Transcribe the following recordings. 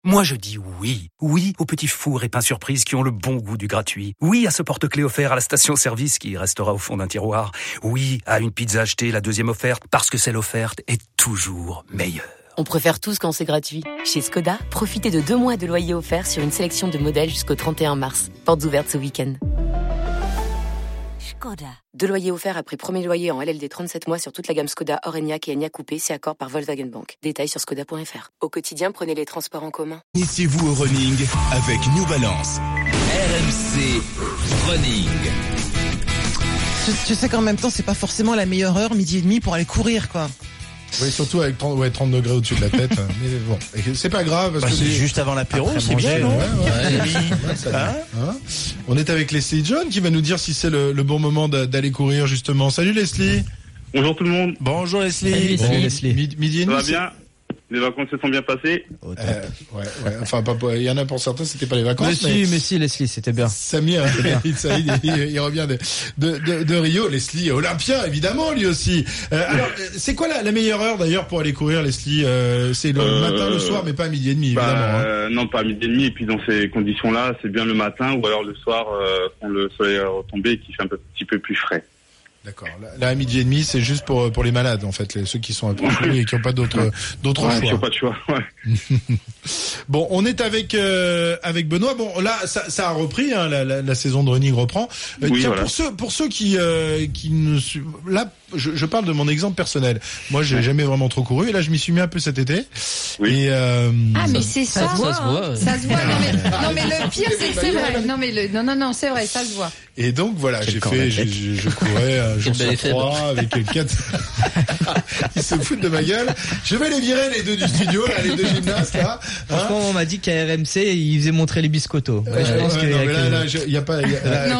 Moi je dis oui. Oui aux petits fours et pains surprises qui ont le bon goût du gratuit. Oui à ce porte-clés offert à la station-service qui restera au fond d'un tiroir. Oui à une pizza achetée, la deuxième offerte, parce que celle offerte est toujours meilleure. On préfère tous quand c'est gratuit. Chez Skoda, profitez de 2 mois de loyer offert sur une sélection de modèles jusqu'au 31 mars. Portes ouvertes ce week-end. Skoda. 2 loyers offerts après premier loyer en LLD 37 mois sur toute la gamme Skoda, Orenia et Enyaq Coupé, c'est accord par Volkswagen Bank. Détails sur skoda.fr. Au quotidien, prenez les transports en commun. Initiez-vous au running avec New Balance. RMC Running. Tu sais qu'en même temps, c'est pas forcément la meilleure heure, 12h30 pour aller courir, quoi. Oui, surtout avec 30 degrés au-dessus de la tête. Mais bon, c'est pas grave. Parce que c'est juste avant l'apéro, c'est bien, non? On est avec Leslie John qui va nous dire si c'est le bon moment d'aller courir, justement. Salut Leslie. Bonjour tout le monde. Bonjour Leslie. Salut Leslie. Midi et demi. Ça va bien? Les vacances se sont bien passées? Ouais. Enfin, il y en a pour certains, c'était pas les vacances. Mais si, Leslie, c'était bien. Samir, il revient de Rio. Leslie, Olympien, évidemment, lui aussi. Alors, c'est quoi la meilleure heure d'ailleurs pour aller courir, Leslie? C'est le matin, le soir, mais pas à midi et demi, évidemment. Non, pas à midi et demi. Et puis dans ces conditions-là, c'est bien le matin ou alors le soir, quand le soleil est retombé et qu'il fait un petit peu plus frais. D'accord. Là, à midi et demi, c'est juste pour les malades, en fait, ceux qui sont un peu fous et qui n'ont pas d'autres choix. Qui n'ont pas de choix, ouais. Bon, on est avec Benoît. Bon, là, ça a repris, hein, la saison de running reprend. Oui, tiens, voilà. pour ceux qui ne là, je parle de mon exemple personnel. Moi, j'ai jamais vraiment trop couru et là, je m'y suis mis un peu cet été. Oui. Et mais c'est ça. Ça se voit. Ça se voit. Non, mais le pire, c'est que c'est vrai. Non, c'est vrai, ça se voit. Et donc voilà, je courais un jour sur 3 avec 4. Ils se foutent de ma gueule. Je vais les virer les deux du studio, là, les deux gymnastes là. Franchement, on m'a dit qu'à RMC, ils faisaient montrer les biscottos. Je pense que non, mais là, il y a pas.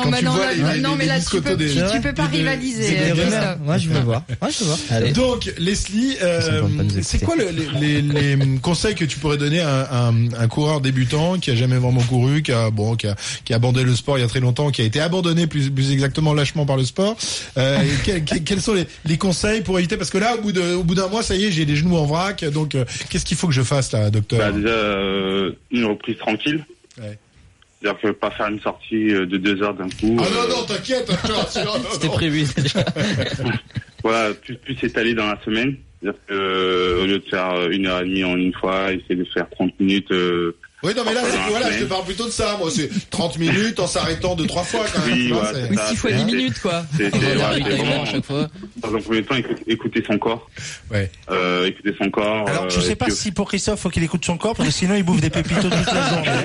Tu peux pas rivaliser. Moi, je veux voir. Allez. Donc, Leslie, c'est quoi les conseils que tu pourrais donner à un coureur débutant qui a jamais vraiment couru, qui a abandonné le sport il y a très longtemps, qui a été abandonné plus exactement lâchement par le sport. Quels sont les conseils pour éviter, parce que là, au bout d'un mois, ça y est, j'ai les genoux en vrac. Donc, qu'est-ce qu'il faut que je fasse là, docteur? Déjà, une reprise tranquille. Ouais. C'est-à-dire que pas faire une sortie de 2 heures d'un coup. Ah non, t'inquiète. C'était prévu déjà. Voilà, plus s'étaler dans la semaine. C'est-à-dire que au lieu de faire 1h30 en une fois, essayer de faire 30 minutes. Oui, non, mais là, je te parle plutôt de ça, moi. C'est 30 minutes en s'arrêtant 2-3 fois, quand même. Oui, 6 fois 10 minutes, quoi. C'est vraiment, à chaque fois. Dans un premier temps, écouter son corps. Ouais. Écouter son corps. Alors, je sais pas si pour Christophe, faut qu'il écoute son corps, parce que sinon, il bouffe des pépitos toute la journée.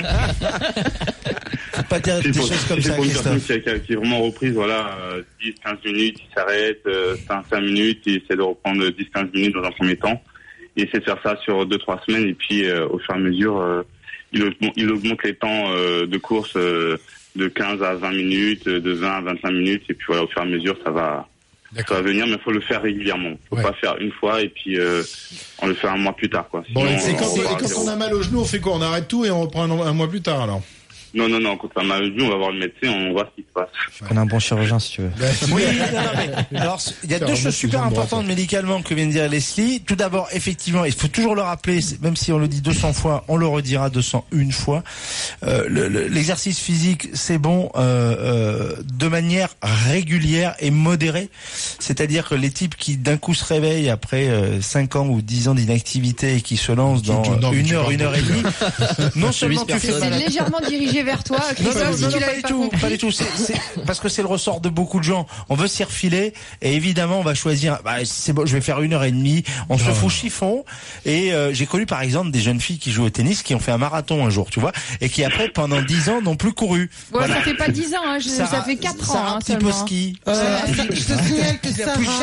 Faut pas dire des choses comme ça, pour une personne Christophe. qui est vraiment reprise, 10-15 minutes, il s'arrête, 5 minutes, il essaie de reprendre 10-15 minutes dans un premier temps. Il essaie de faire ça sur 2-3 semaines, et puis, au fur et à mesure, il augmente les temps de course de 15 à 20 minutes, de 20 à 25 minutes, et puis voilà, au fur et à mesure, ça va venir, mais il faut le faire régulièrement. Il faut pas faire une fois et puis on le fait un mois plus tard, quoi. Bon, sinon, et quand on a mal au genou, on fait quoi? On arrête tout et on reprend un mois plus tard, alors? Non, quand on a mal au genou, on va voir le médecin, on voit ce qui se passe. On a un bon chirurgien, si tu veux. Oui, mais alors, il y a 2 choses super importantes médicalement que vient de dire Leslie. Tout d'abord, effectivement, il faut toujours le rappeler, même si on le dit 200 fois, on le redira 201 fois. L'exercice physique, c'est bon de manière régulière et modérée. C'est-à-dire que les types qui d'un coup se réveillent après 5 ans ou 10 ans d'inactivité et qui se lancent dans 1 heure et demie, non seulement tu fais c'est légèrement dirigé vers toi, Christophe, si tu l'avais pas compris. Pas du tout. C'est parce que c'est le ressort de beaucoup de gens. On veut s'y refiler et évidemment on va choisir. C'est bon, je vais faire 1 heure et demie. On se fout chiffon. Et j'ai connu par exemple des jeunes filles qui jouent au tennis qui ont fait un marathon un jour, tu vois, et qui après pendant 10 ans n'ont plus couru. Ouais, voilà. Ça fait pas 10 ans, hein, ça fait 4 ans. Sarah Piposki. Je te signale que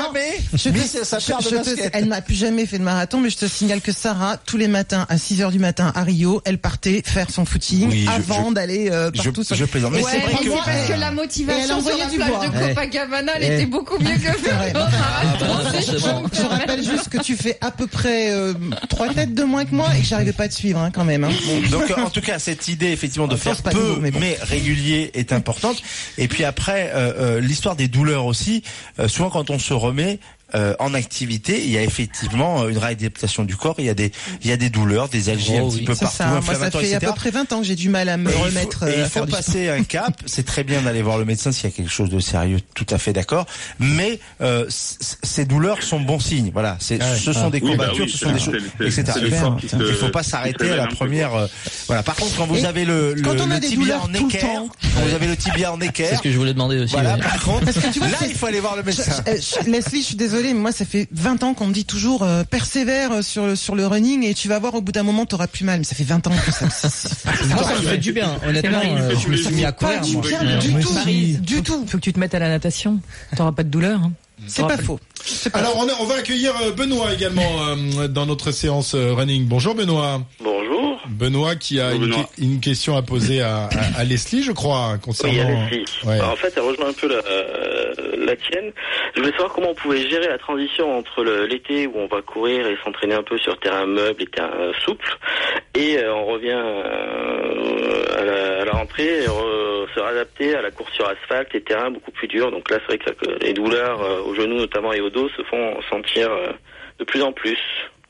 Sarah, elle n'a plus jamais fait de marathon, mais je te signale que Sarah, tous les matins à 6h du matin à Rio, elle partait faire son footing avant d'aller partout. Je plaisante. Mais c'est vrai que parce que la motivation sur la plage de Copacabana, elle était beaucoup mieux que faire Je rappelle juste que tu fais à peu près 3 têtes de moins que moi et que j'arrivais pas à te suivre, hein, quand même. Hein. Donc en tout cas, cette idée effectivement de faire peu mais régulier est importante. Et puis après, l'histoire des douleurs aussi. Souvent quand on se remet, en activité, il y a effectivement une réadaptation du corps. Il y a des douleurs, des algies un petit peu partout, inflammatoires, moi, ça fait à peu près 20 ans que j'ai du mal à me remettre. Il faut passer un cap. C'est très bien d'aller voir le médecin s'il y a quelque chose de sérieux, tout à fait d'accord. Mais ces douleurs sont bons signes. Voilà, ce sont des courbatures, ce sont des choses, etc. Il ne faut pas s'arrêter à la première. Voilà. Par contre, quand vous avez le tibia en équerre, vous avez le tibia en équerre. C'est ce que je voulais demander aussi. Voilà. Par contre, là, il faut aller voir le médecin. Leslie, je suis désolée, mais moi, ça fait 20 ans qu'on me dit toujours persévère sur le running et tu vas voir au bout d'un moment, t'auras plus mal. Mais ça fait 20 ans que ça. Moi, ça me fait du bien. Honnêtement, je me suis mis à courir. Du tout. Faut que tu te mettes à la natation. T'auras pas de douleur. Hein. C'est pas faux. Alors on va accueillir Benoît également dans notre séance running. Bonjour Benoît. Bonjour. Benoît qui a une question à poser à Leslie, je crois, concernant. Oui, à Leslie. Ouais. Alors, en fait, elle rejoint un peu la tienne. Je voulais savoir comment on pouvait gérer la transition entre l'été où on va courir et s'entraîner un peu sur terrain meuble et terrain souple, et on revient à la rentrée et se réadapter à la course sur asphalte et terrain beaucoup plus dur. Donc là, c'est vrai que les douleurs aux genoux notamment et au dos se font sentir de plus en plus.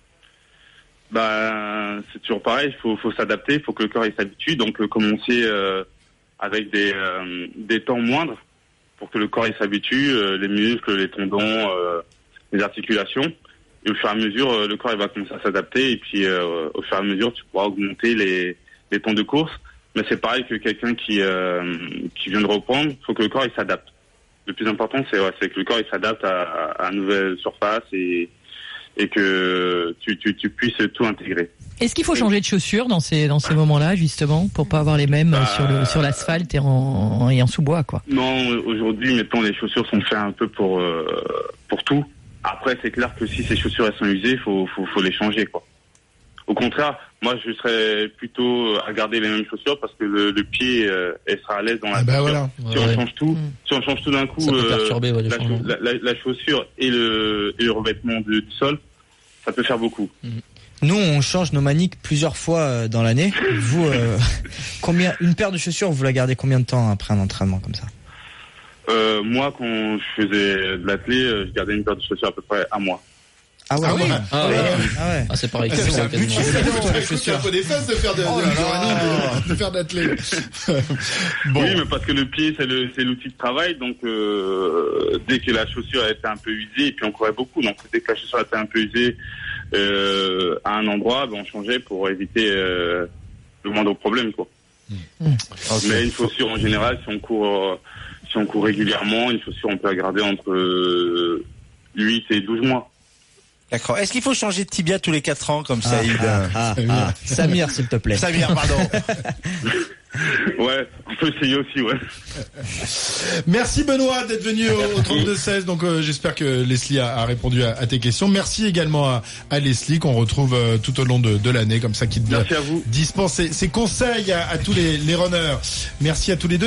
C'est toujours pareil, il faut s'adapter, il faut que le corps s'habitue, donc commencer avec des temps moindres pour que le corps s'habitue, les muscles, les tendons, les articulations, et au fur et à mesure le corps va commencer à s'adapter, et puis au fur et à mesure tu pourras augmenter les temps de course. Mais c'est pareil que quelqu'un qui vient de reprendre, il faut que le corps s'adapte. Le plus important c'est que le corps s'adapte à une nouvelle surface et que tu puisses tout intégrer. Est-ce qu'il faut changer de chaussures dans ces moments-là, justement, pour pas avoir les mêmes sur l'asphalte et en sous-bois, quoi? Non, aujourd'hui, maintenant, les chaussures sont faites un peu pour tout. Après, c'est clair que si ces chaussures elles sont usées, faut les changer, quoi. Au contraire, moi, je serais plutôt à garder les mêmes chaussures parce que le pied, elle sera à l'aise dans la chaussure. Voilà. Si on change tout, si on change tout d'un coup, ça peut perturber, la chaussure et le revêtement du sol, ça peut faire beaucoup. Nous, on change nos maniques plusieurs fois dans l'année. Vous, une paire de chaussures, vous la gardez combien de temps après un entraînement comme ça? Moi, quand je faisais de l'athlé, je gardais une paire de chaussures à peu près un mois. Ah ouais. C'est pareil. C'est un budget. C'est un peu des fesses de faire de faire d'athlé. Bon. Oui, mais parce que le pied, c'est l'outil de travail. Donc, dès que la chaussure a été un peu usée, et puis on courait beaucoup, donc dès que la chaussure a été un peu usée à un endroit, on changeait pour éviter le moindre problème, quoi. Okay. Mais une chaussure en général, si on court régulièrement, une chaussure on peut la garder entre 8 et 12 mois. D'accord. Est-ce qu'il faut changer de tibia tous les 4 ans comme Saïd? Samir, s'il te plaît. Samir, pardon. Ouais, on peut essayer aussi, ouais. Merci Benoît d'être venu au 32-16. Donc j'espère que Leslie a répondu à tes questions. Merci également à Leslie qu'on retrouve tout au long de l'année, comme ça, qui dispense ses conseils à tous les runners. Merci à tous les deux.